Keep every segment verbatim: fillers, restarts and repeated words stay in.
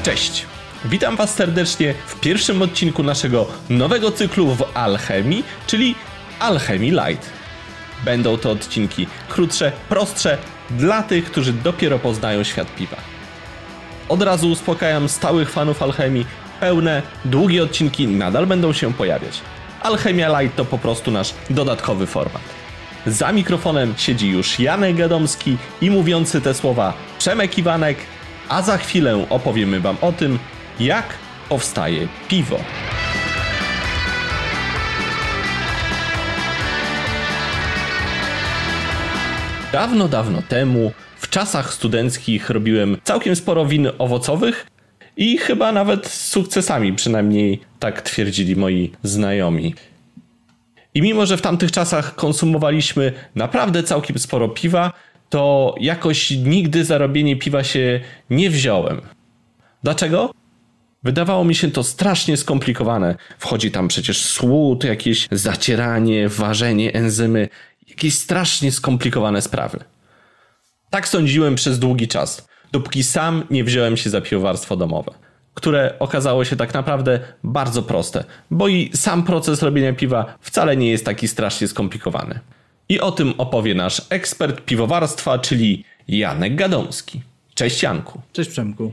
Cześć! Witam Was serdecznie w pierwszym odcinku naszego nowego cyklu w alchemii, czyli Alchemii Light. Będą to odcinki krótsze, prostsze dla tych, którzy dopiero poznają świat piwa. Od razu uspokajam stałych fanów alchemii, pełne, długie odcinki nadal będą się pojawiać. Alchemia Light to po prostu nasz dodatkowy format. Za mikrofonem siedzi już Janek Gadomski i mówiący te słowa Przemek Iwanek, a za chwilę opowiemy Wam o tym, jak powstaje piwo. Dawno, dawno temu, w czasach studenckich robiłem całkiem sporo win owocowych i chyba nawet z sukcesami, przynajmniej tak twierdzili moi znajomi. I mimo, że w tamtych czasach konsumowaliśmy naprawdę całkiem sporo piwa, to jakoś nigdy za robienie piwa się nie wziąłem. Dlaczego? Wydawało mi się to strasznie skomplikowane. Wchodzi tam przecież słód, jakieś zacieranie, ważenie, enzymy, jakieś strasznie skomplikowane sprawy. Tak sądziłem przez długi czas, dopóki sam nie wziąłem się za piwowarstwo domowe, które okazało się tak naprawdę bardzo proste, bo i sam proces robienia piwa wcale nie jest taki strasznie skomplikowany. I o tym opowie nasz ekspert piwowarstwa, czyli Janek Gadomski. Cześć Janku. Cześć Przemku.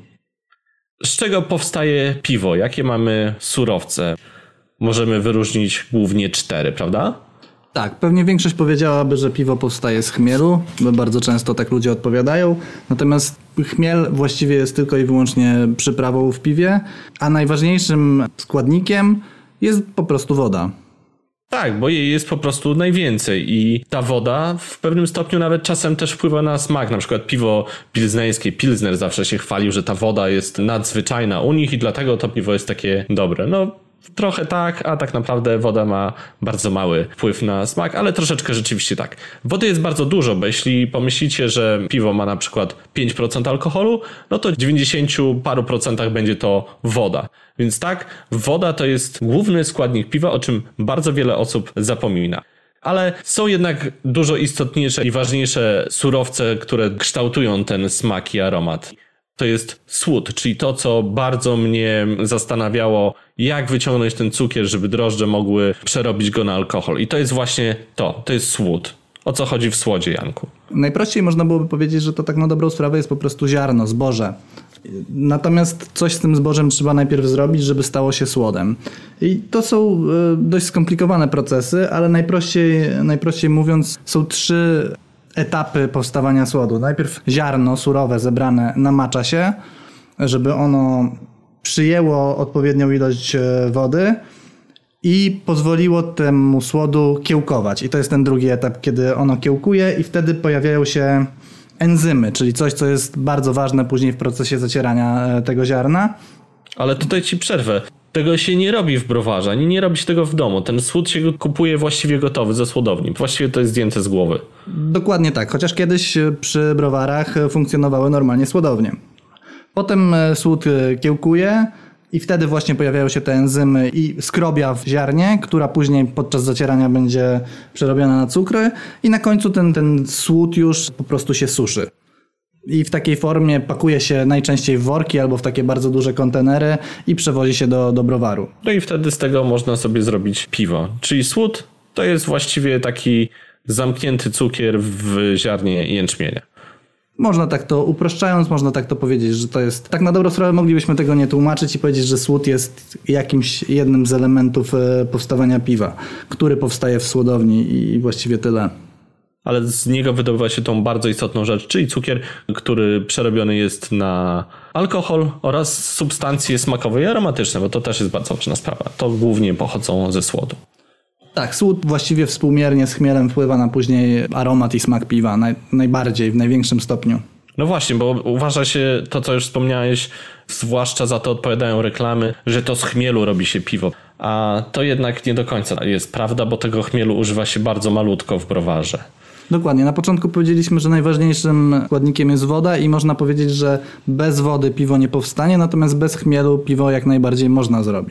Z czego powstaje piwo? Jakie mamy surowce? Możemy wyróżnić głównie cztery, prawda? Tak, pewnie większość powiedziałaby, że piwo powstaje z chmielu, bo bardzo często tak ludzie odpowiadają. Natomiast chmiel właściwie jest tylko i wyłącznie przyprawą w piwie, a najważniejszym składnikiem jest po prostu woda. Tak, bo jej jest po prostu najwięcej i ta woda w pewnym stopniu nawet czasem też wpływa na smak. Na przykład piwo pilznerskie, Pilsner zawsze się chwalił, że ta woda jest nadzwyczajna u nich i dlatego to piwo jest takie dobre. No trochę tak, a tak naprawdę woda ma bardzo mały wpływ na smak, ale troszeczkę rzeczywiście tak. Wody jest bardzo dużo, bo jeśli pomyślicie, że piwo ma na przykład pięć procent alkoholu, no to w dziewięćdziesięciu paru procentach będzie to woda. Więc tak, woda to jest główny składnik piwa, o czym bardzo wiele osób zapomina. Ale są jednak dużo istotniejsze i ważniejsze surowce, które kształtują ten smak i aromat. To jest słód, czyli to, co bardzo mnie zastanawiało, jak wyciągnąć ten cukier, żeby drożdże mogły przerobić go na alkohol. I to jest właśnie to, to jest słód. O co chodzi w słodzie, Janku? Najprościej można byłoby powiedzieć, że to tak na dobrą sprawę jest po prostu ziarno, zboże. Natomiast coś z tym zbożem trzeba najpierw zrobić, żeby stało się słodem. I to są dość skomplikowane procesy, ale najprościej, najprościej mówiąc są trzy etapy powstawania słodu. Najpierw ziarno surowe zebrane namacza się, żeby ono przyjęło odpowiednią ilość wody i pozwoliło temu słodu kiełkować. I to jest ten drugi etap, kiedy ono kiełkuje i wtedy pojawiają się enzymy, czyli coś, co jest bardzo ważne później w procesie zacierania tego ziarna. Ale tutaj ci przerwę. Tego się nie robi w browarze, ani nie robi się tego w domu. Ten słód się kupuje właściwie gotowy ze słodowni. Właściwie to jest zdjęte z głowy. Dokładnie tak, chociaż kiedyś przy browarach funkcjonowały normalnie słodownie. Potem słód kiełkuje i wtedy właśnie pojawiają się te enzymy i skrobia w ziarnie, która później podczas zacierania będzie przerobiona na cukry i na końcu ten, ten słód już po prostu się suszy. I w takiej formie pakuje się najczęściej w worki albo w takie bardzo duże kontenery i przewozi się do, do browaru. No i wtedy z tego można sobie zrobić piwo. Czyli słód to jest właściwie taki zamknięty cukier w ziarnie jęczmienia. Można tak to uproszczając, można tak to powiedzieć, że to jest... Tak na dobrą sprawę moglibyśmy tego nie tłumaczyć i powiedzieć, że słód jest jakimś jednym z elementów powstawania piwa, który powstaje w słodowni i właściwie tyle. Ale z niego wydobywa się tą bardzo istotną rzecz, czyli cukier, który przerobiony jest na alkohol oraz substancje smakowe i aromatyczne, bo to też jest bardzo ważna sprawa. To głównie pochodzą ze słodu. Tak, słód właściwie współmiernie z chmielem wpływa na później aromat i smak piwa, naj, najbardziej, w największym stopniu. No właśnie, bo uważa się to, co już wspomniałeś, zwłaszcza za to odpowiadają reklamy, że to z chmielu robi się piwo. A to jednak nie do końca jest prawda, bo tego chmielu używa się bardzo malutko w browarze. Dokładnie. Na początku powiedzieliśmy, że najważniejszym składnikiem jest woda i można powiedzieć, że bez wody piwo nie powstanie, natomiast bez chmielu piwo jak najbardziej można zrobić.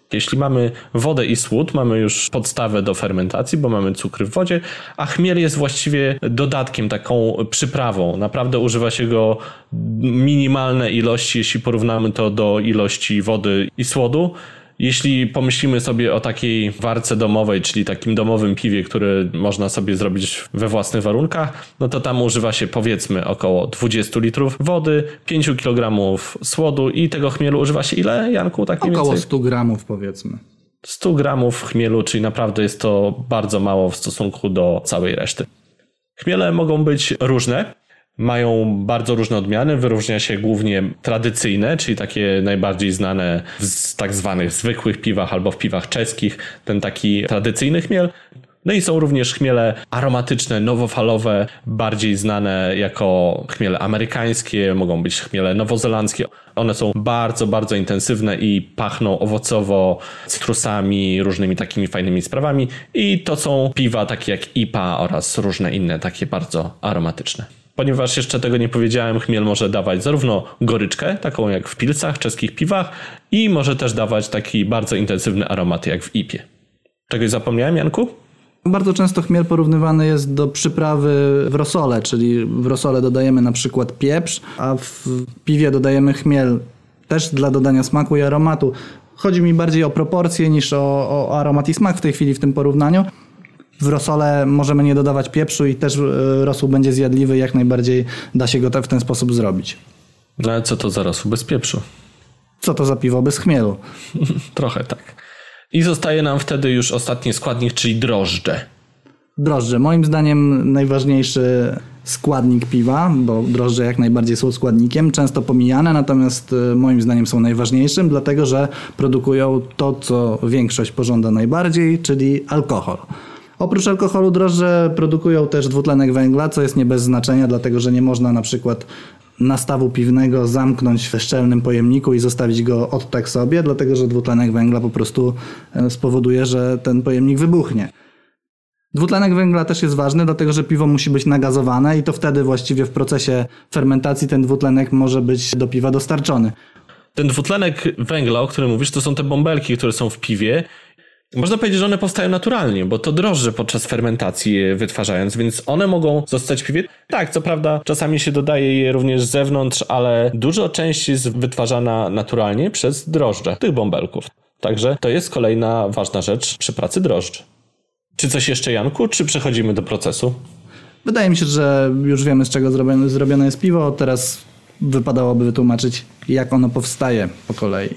Jeśli mamy wodę i słód, mamy już podstawę do fermentacji, bo mamy cukry w wodzie, a chmiel jest właściwie dodatkiem, taką przyprawą. Naprawdę używa się go minimalne ilości, jeśli porównamy to do ilości wody i słodu. Jeśli pomyślimy sobie o takiej warce domowej, czyli takim domowym piwie, które można sobie zrobić we własnych warunkach, no to tam używa się powiedzmy około dwadzieścia litrów wody, pięć kilogramów słodu i tego chmielu używa się ile, Janku? Tak mniej około więcej? sto gramów powiedzmy. sto gramów chmielu, czyli naprawdę jest to bardzo mało w stosunku do całej reszty. Chmiele mogą być różne. Mają bardzo różne odmiany, wyróżnia się głównie tradycyjne, czyli takie najbardziej znane w tak zwanych zwykłych piwach albo w piwach czeskich, ten taki tradycyjny chmiel. No i są również chmiele aromatyczne, nowofalowe, bardziej znane jako chmiele amerykańskie, mogą być chmiele nowozelandzkie. One są bardzo, bardzo intensywne i pachną owocowo, cytrusami, różnymi takimi fajnymi sprawami. I to są piwa takie jak I P A oraz różne inne takie bardzo aromatyczne. Ponieważ jeszcze tego nie powiedziałem, chmiel może dawać zarówno goryczkę, taką jak w pilcach, czeskich piwach, i może też dawać taki bardzo intensywny aromat jak w I P A. Czegoś zapomniałem, Janku? Bardzo często chmiel porównywany jest do przyprawy w rosole, czyli w rosole dodajemy na przykład pieprz, a w piwie dodajemy chmiel też dla dodania smaku i aromatu. Chodzi mi bardziej o proporcje niż o, o aromat i smak w tej chwili w tym porównaniu. W rosole możemy nie dodawać pieprzu i też rosół będzie zjadliwy, jak najbardziej da się go w ten sposób zrobić. No ale co to za rosół bez pieprzu? Co to za piwo bez chmielu? Trochę tak. I zostaje nam wtedy już ostatni składnik, czyli drożdże. Drożdże. Moim zdaniem najważniejszy składnik piwa, bo drożdże jak najbardziej są składnikiem, często pomijane, natomiast moim zdaniem są najważniejszym, dlatego że produkują to, co większość pożąda najbardziej, czyli alkohol. Oprócz alkoholu drożdże produkują też dwutlenek węgla, co jest nie bez znaczenia, dlatego że nie można na przykład nastawu piwnego zamknąć w szczelnym pojemniku i zostawić go od tak sobie, dlatego że dwutlenek węgla po prostu spowoduje, że ten pojemnik wybuchnie. Dwutlenek węgla też jest ważny, dlatego że piwo musi być nagazowane i to wtedy właściwie w procesie fermentacji ten dwutlenek może być do piwa dostarczony. Ten dwutlenek węgla, o którym mówisz, to są te bąbelki, które są w piwie. Można powiedzieć, że one powstają naturalnie, bo to drożdże podczas fermentacji je wytwarzając, więc one mogą zostać w piwie. Tak, co prawda czasami się dodaje je również z zewnątrz, ale dużo część jest wytwarzana naturalnie przez drożdże tych bąbelków. Także to jest kolejna ważna rzecz przy pracy drożdży. Czy coś jeszcze, Janku, czy przechodzimy do procesu? Wydaje mi się, że już wiemy, z czego zrobione, zrobione jest piwo. Teraz wypadałoby wytłumaczyć, jak ono powstaje po kolei.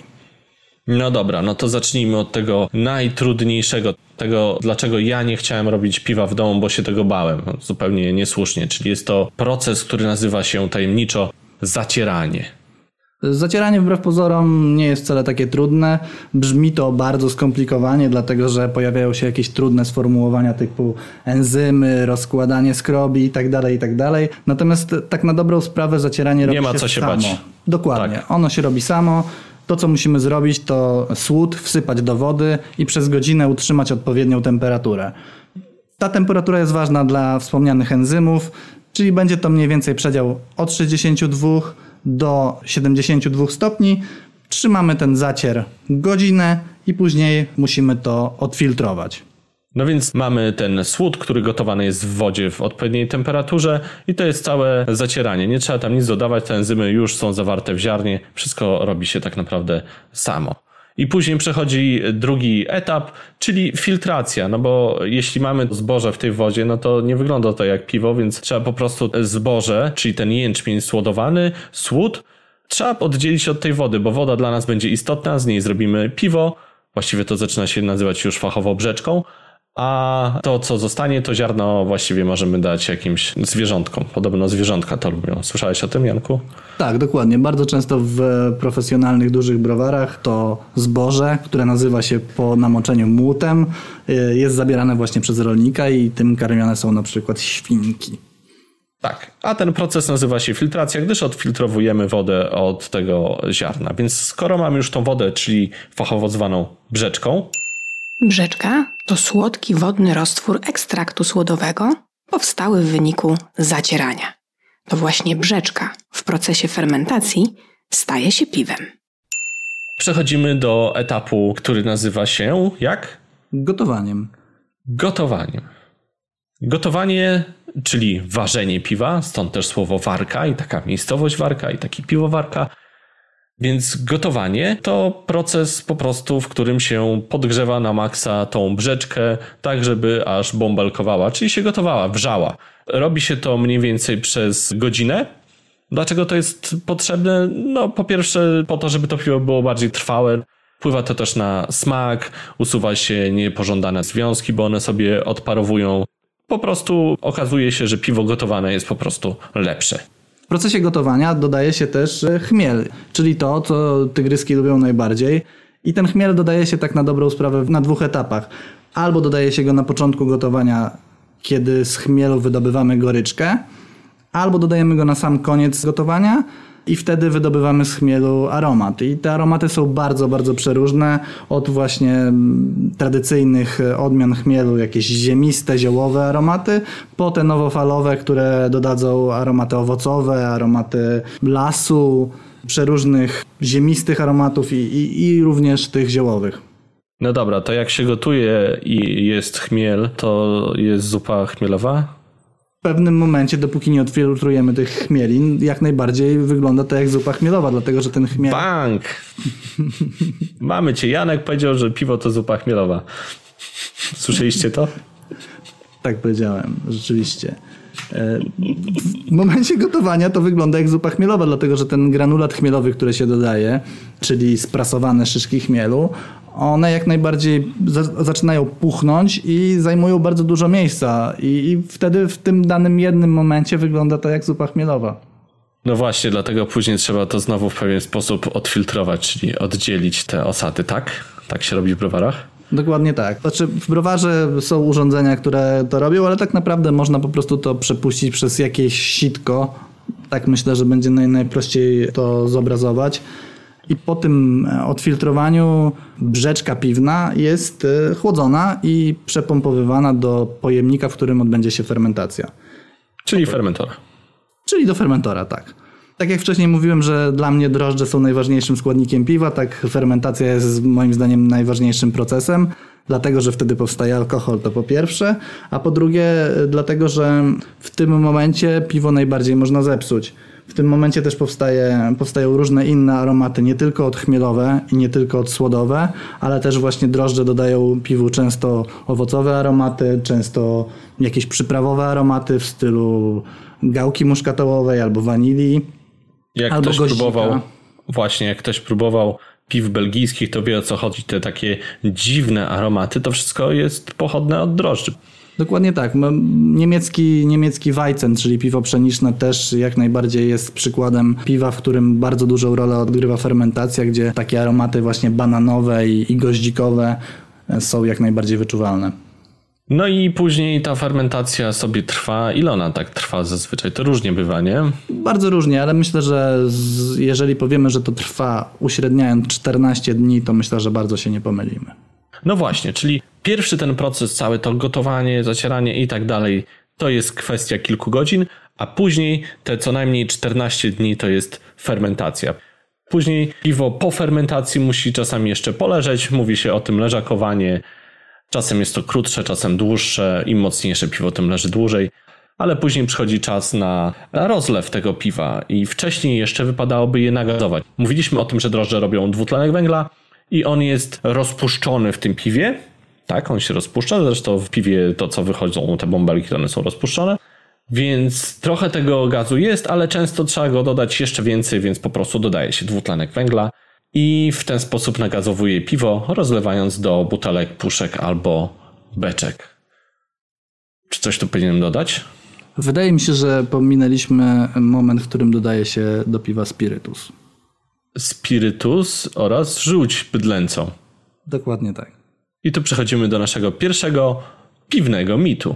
No dobra, no to zacznijmy od tego najtrudniejszego, tego dlaczego ja nie chciałem robić piwa w domu, bo się tego bałem, zupełnie niesłusznie, czyli jest to proces, który nazywa się tajemniczo zacieranie. Zacieranie wbrew pozorom nie jest wcale takie trudne, brzmi to bardzo skomplikowanie, dlatego że pojawiają się jakieś trudne sformułowania typu enzymy, rozkładanie skrobi itd., itd. Natomiast tak na dobrą sprawę zacieranie robi się samo. Nie ma co się bać. Dokładnie, tak. Ono się robi samo. To, co musimy zrobić, to słód wsypać do wody i przez godzinę utrzymać odpowiednią temperaturę. Ta temperatura jest ważna dla wspomnianych enzymów, czyli będzie to mniej więcej przedział od sześćdziesięciu dwóch do siedemdziesięciu dwóch stopni. Trzymamy ten zacier godzinę i później musimy to odfiltrować. No więc mamy ten słód, który gotowany jest w wodzie w odpowiedniej temperaturze i to jest całe zacieranie. Nie trzeba tam nic dodawać, te enzymy już są zawarte w ziarnie, wszystko robi się tak naprawdę samo. I później przechodzi drugi etap, czyli filtracja, no bo jeśli mamy zboże w tej wodzie, no to nie wygląda to jak piwo, więc trzeba po prostu zboże, czyli ten jęczmień słodowany, słód, trzeba oddzielić od tej wody, bo woda dla nas będzie istotna, z niej zrobimy piwo, właściwie to zaczyna się nazywać już fachowo brzeczką, a to, co zostanie, to ziarno właściwie możemy dać jakimś zwierzątkom. Podobno zwierzątka to lubią. Słyszałeś o tym, Janku? Tak, dokładnie. Bardzo często w profesjonalnych, dużych browarach to zboże, które nazywa się po namoczeniu młutem, jest zabierane właśnie przez rolnika i tym karmione są na przykład świnki. Tak, a ten proces nazywa się filtracja, gdyż odfiltrowujemy wodę od tego ziarna. Więc skoro mamy już tą wodę, czyli fachowo zwaną brzeczką, brzeczka to słodki wodny roztwór ekstraktu słodowego powstały w wyniku zacierania. To właśnie brzeczka w procesie fermentacji staje się piwem. Przechodzimy do etapu, który nazywa się jak? Gotowaniem. Gotowaniem. Gotowanie, czyli ważenie piwa, stąd też słowo warka i taka miejscowość warka i taki piwowarka. Więc gotowanie to proces po prostu, w którym się podgrzewa na maksa tą brzeczkę, tak żeby aż bąbelkowała, czyli się gotowała, wrzała. Robi się to mniej więcej przez godzinę. Dlaczego to jest potrzebne? No po pierwsze po to, żeby to piwo było bardziej trwałe. Wpływa to też na smak, usuwa się niepożądane związki, bo one sobie odparowują. Po prostu okazuje się, że piwo gotowane jest po prostu lepsze. W procesie gotowania dodaje się też chmiel, czyli to, co tygryski lubią najbardziej. I ten chmiel dodaje się tak na dobrą sprawę na dwóch etapach. Albo dodaje się go na początku gotowania, kiedy z chmielu wydobywamy goryczkę, albo dodajemy go na sam koniec gotowania i wtedy wydobywamy z chmielu aromat. I te aromaty są bardzo, bardzo przeróżne. Od właśnie tradycyjnych odmian chmielu, jakieś ziemiste, ziołowe aromaty, po te nowofalowe, które dodadzą aromaty owocowe, aromaty lasu, przeróżnych ziemistych aromatów i, i, i również tych ziołowych. No dobra, to jak się gotuje i jest chmiel, to jest zupa chmielowa? W pewnym momencie, dopóki nie odfiltrujemy tych chmielin, jak najbardziej wygląda to jak zupa chmielowa, dlatego że ten chmiel... Bank! Mamy cię. Janek powiedział, że piwo to zupa chmielowa. Słyszeliście to? Tak powiedziałem, rzeczywiście. W momencie gotowania to wygląda jak zupa chmielowa, dlatego że ten granulat chmielowy, który się dodaje, czyli sprasowane szyszki chmielu, one jak najbardziej za- zaczynają puchnąć i zajmują bardzo dużo miejsca i, i wtedy w tym danym jednym momencie wygląda to jak zupa chmielowa. No właśnie, dlatego później trzeba to znowu w pewien sposób odfiltrować, czyli oddzielić te osady, tak? Tak się robi w browarach? Dokładnie tak. Znaczy w browarze są urządzenia, które to robią, ale tak naprawdę można po prostu to przepuścić przez jakieś sitko. Tak myślę, że będzie naj, najprościej to zobrazować. I po tym odfiltrowaniu brzeczka piwna jest chłodzona i przepompowywana do pojemnika, w którym odbędzie się fermentacja. Czyli fermentora. Czyli do fermentora, tak. Tak jak wcześniej mówiłem, że dla mnie drożdże są najważniejszym składnikiem piwa, tak fermentacja jest moim zdaniem najważniejszym procesem, dlatego że wtedy powstaje alkohol, to po pierwsze, a po drugie dlatego, że w tym momencie piwo najbardziej można zepsuć. W tym momencie też powstaje, powstają różne inne aromaty, nie tylko odchmielowe i nie tylko odsłodowe, ale też właśnie drożdże dodają piwu często owocowe aromaty, często jakieś przyprawowe aromaty w stylu gałki muszkatołowej albo wanilii. Jak albo ktoś goździka. próbował, właśnie jak ktoś próbował piw belgijskich, to wie o co chodzi. Te takie dziwne aromaty, to wszystko jest pochodne od drożdży. Dokładnie tak. Niemiecki, niemiecki Weizen, czyli piwo pszeniczne, też jak najbardziej jest przykładem piwa, w którym bardzo dużą rolę odgrywa fermentacja, gdzie takie aromaty właśnie bananowe i, i goździkowe są jak najbardziej wyczuwalne. No i później ta fermentacja sobie trwa. Ile ona tak trwa zazwyczaj? To różnie bywa, nie? Bardzo różnie, ale myślę, że z, jeżeli powiemy, że to trwa uśredniając czternaście dni, to myślę, że bardzo się nie pomylimy. No właśnie, czyli pierwszy ten proces, całe to gotowanie, zacieranie i tak dalej, to jest kwestia kilku godzin, a później te co najmniej czternaście dni to jest fermentacja. Później piwo po fermentacji musi czasami jeszcze poleżeć, mówi się o tym leżakowanie. Czasem jest to krótsze, czasem dłuższe, im mocniejsze piwo, tym leży dłużej, ale później przychodzi czas na rozlew tego piwa i wcześniej jeszcze wypadałoby je nagazować. Mówiliśmy o tym, że drożdże robią dwutlenek węgla i on jest rozpuszczony w tym piwie. Tak, on się rozpuszcza, zresztą w piwie to, co wychodzą, te bąbelki, to one są rozpuszczone. Więc trochę tego gazu jest, ale często trzeba go dodać jeszcze więcej, więc po prostu dodaje się dwutlenek węgla i w ten sposób nagazowuje piwo, rozlewając do butelek, puszek albo beczek. Czy coś tu powinienem dodać? Wydaje mi się, że pominęliśmy moment, w którym dodaje się do piwa spirytus. Spirytus oraz żółć bydlęcą. Dokładnie tak. I tu przechodzimy do naszego pierwszego piwnego mitu.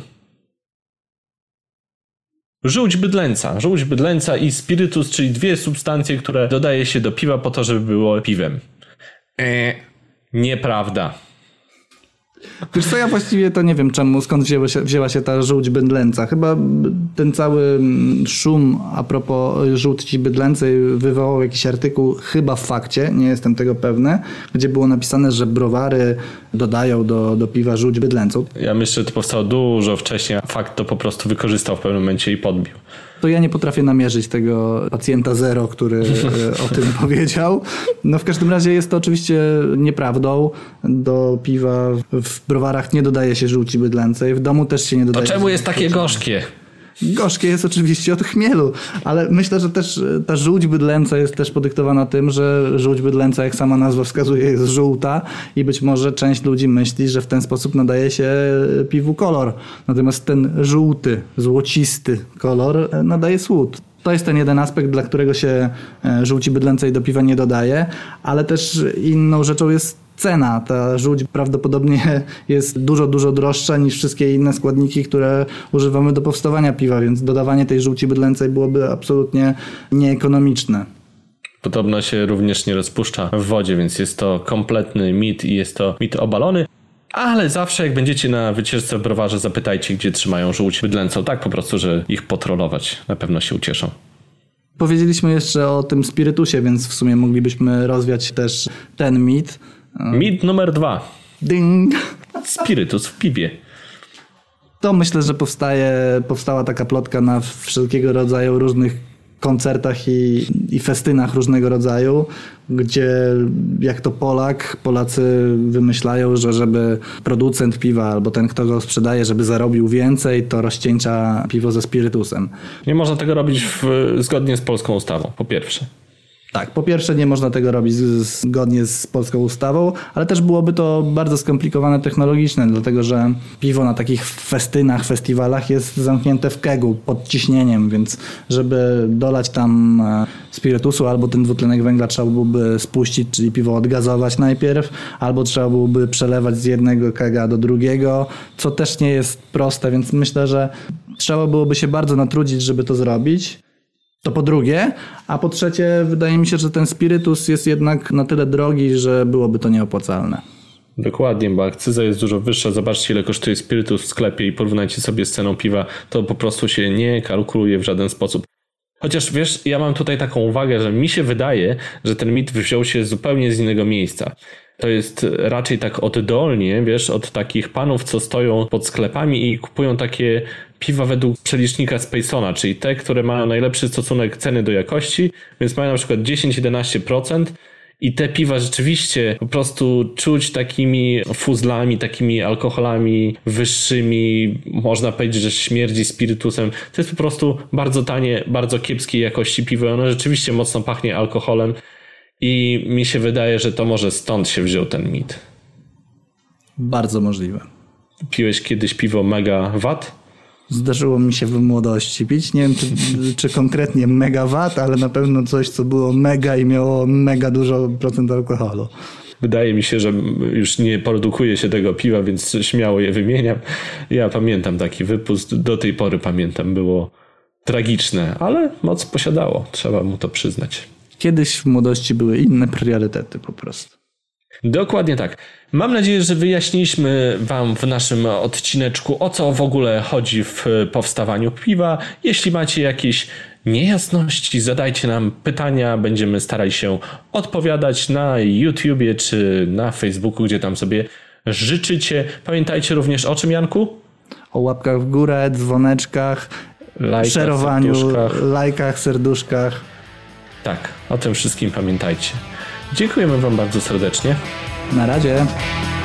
Żółć bydlęca. Żółć bydlęca i spirytus, czyli dwie substancje, które dodaje się do piwa po to, żeby było piwem. Eee, nieprawda. Wiesz co, ja właściwie to nie wiem czemu, skąd wzięła się, wzięła się ta żółć bydlęca. Chyba ten cały szum a propos żółci bydlęcej wywołał jakiś artykuł, chyba w Fakcie, nie jestem tego pewny, gdzie było napisane, że browary dodają do, do piwa żółć bydlęcą. Ja myślę, że to powstało dużo wcześniej, a Fakt to po prostu wykorzystał w pewnym momencie i podbił. To ja nie potrafię namierzyć tego pacjenta zero, który o tym powiedział. No w każdym razie jest to oczywiście nieprawdą. Do piwa w browarach nie dodaje się żółci bydlęcej. W domu też się nie dodaje. To czemu jest takie gorzkie? Gorzkie jest oczywiście od chmielu, ale myślę, że też ta żółć bydlęca jest też podyktowana tym, że żółć bydlęca, jak sama nazwa wskazuje, jest żółta i być może część ludzi myśli, że w ten sposób nadaje się piwu kolor. Natomiast ten żółty, złocisty kolor nadaje słód. To jest ten jeden aspekt, dla którego się żółci bydlęcej do piwa nie dodaje, ale też inną rzeczą jest cena. Ta żółć prawdopodobnie jest dużo, dużo droższa niż wszystkie inne składniki, które używamy do powstawania piwa, więc dodawanie tej żółci bydlęcej byłoby absolutnie nieekonomiczne. Podobno się również nie rozpuszcza w wodzie, więc jest to kompletny mit i jest to mit obalony. Ale zawsze jak będziecie na wycieczce w browarze, zapytajcie, gdzie trzymają żółć bydlęcą. Tak po prostu, że ich potrolować. Na pewno się ucieszą. Powiedzieliśmy jeszcze o tym spirytusie, więc w sumie moglibyśmy rozwiać też ten mit. Mit numer dwa. Ding! Spirytus w piwie. To myślę, że powstaje, powstała taka plotka na wszelkiego rodzaju różnych koncertach i, i festynach różnego rodzaju, gdzie jak to Polak, Polacy wymyślają, że żeby producent piwa albo ten, kto go sprzedaje, żeby zarobił więcej, to rozcieńcza piwo ze spirytusem. Nie można tego robić w, zgodnie z polską ustawą, po pierwsze. Tak, po pierwsze nie można tego robić zgodnie z polską ustawą, ale też byłoby to bardzo skomplikowane technologicznie, dlatego że piwo na takich festynach, festiwalach jest zamknięte w kegu pod ciśnieniem, więc żeby dolać tam spirytusu albo ten dwutlenek węgla trzeba byłoby spuścić, czyli piwo odgazować najpierw, albo trzeba byłoby przelewać z jednego kega do drugiego, co też nie jest proste, więc myślę, że trzeba byłoby się bardzo natrudzić, żeby to zrobić. To po drugie, a po trzecie wydaje mi się, że ten spirytus jest jednak na tyle drogi, że byłoby to nieopłacalne. Dokładnie, bo akcyza jest dużo wyższa. Zobaczcie, ile kosztuje spirytus w sklepie i porównajcie sobie z ceną piwa. To po prostu się nie kalkuluje w żaden sposób. Chociaż wiesz, ja mam tutaj taką uwagę, że mi się wydaje, że ten mit wziął się zupełnie z innego miejsca. To jest raczej tak oddolnie, wiesz, od takich panów, co stoją pod sklepami i kupują takie piwa według przelicznika Spacona, czyli te, które mają najlepszy stosunek ceny do jakości, więc mają na przykład dziesięć do jedenastu procent i te piwa rzeczywiście po prostu czuć takimi fuzlami, takimi alkoholami wyższymi, można powiedzieć, że śmierdzi spirytusem. To jest po prostu bardzo tanie, bardzo kiepskiej jakości piwo, ono rzeczywiście mocno pachnie alkoholem. I mi się wydaje, że to może stąd się wziął ten mit. Bardzo możliwe. Piłeś kiedyś piwo Mega Watt? Zdarzyło mi się w młodości pić. Nie wiem, czy, czy konkretnie Mega Watt, ale na pewno coś, co było mega i miało mega dużo procent alkoholu. Wydaje mi się, że już nie produkuje się tego piwa, więc śmiało je wymieniam. Ja pamiętam taki wypust. Do tej pory pamiętam. Było tragiczne, ale moc posiadało. Trzeba mu to przyznać. Kiedyś w młodości były inne priorytety po prostu. Dokładnie tak. Mam nadzieję, że wyjaśniliśmy wam w naszym odcineczku, o co w ogóle chodzi w powstawaniu piwa. Jeśli macie jakieś niejasności, zadajcie nam pytania. Będziemy starali się odpowiadać na YouTubie czy na Facebooku, gdzie tam sobie życzycie. Pamiętajcie również o czym, Janku? O łapkach w górę, dzwoneczkach, Lajkach, szerowaniu, serduszkach. lajkach, serduszkach. Tak, o tym wszystkim pamiętajcie. Dziękujemy wam bardzo serdecznie. Na razie.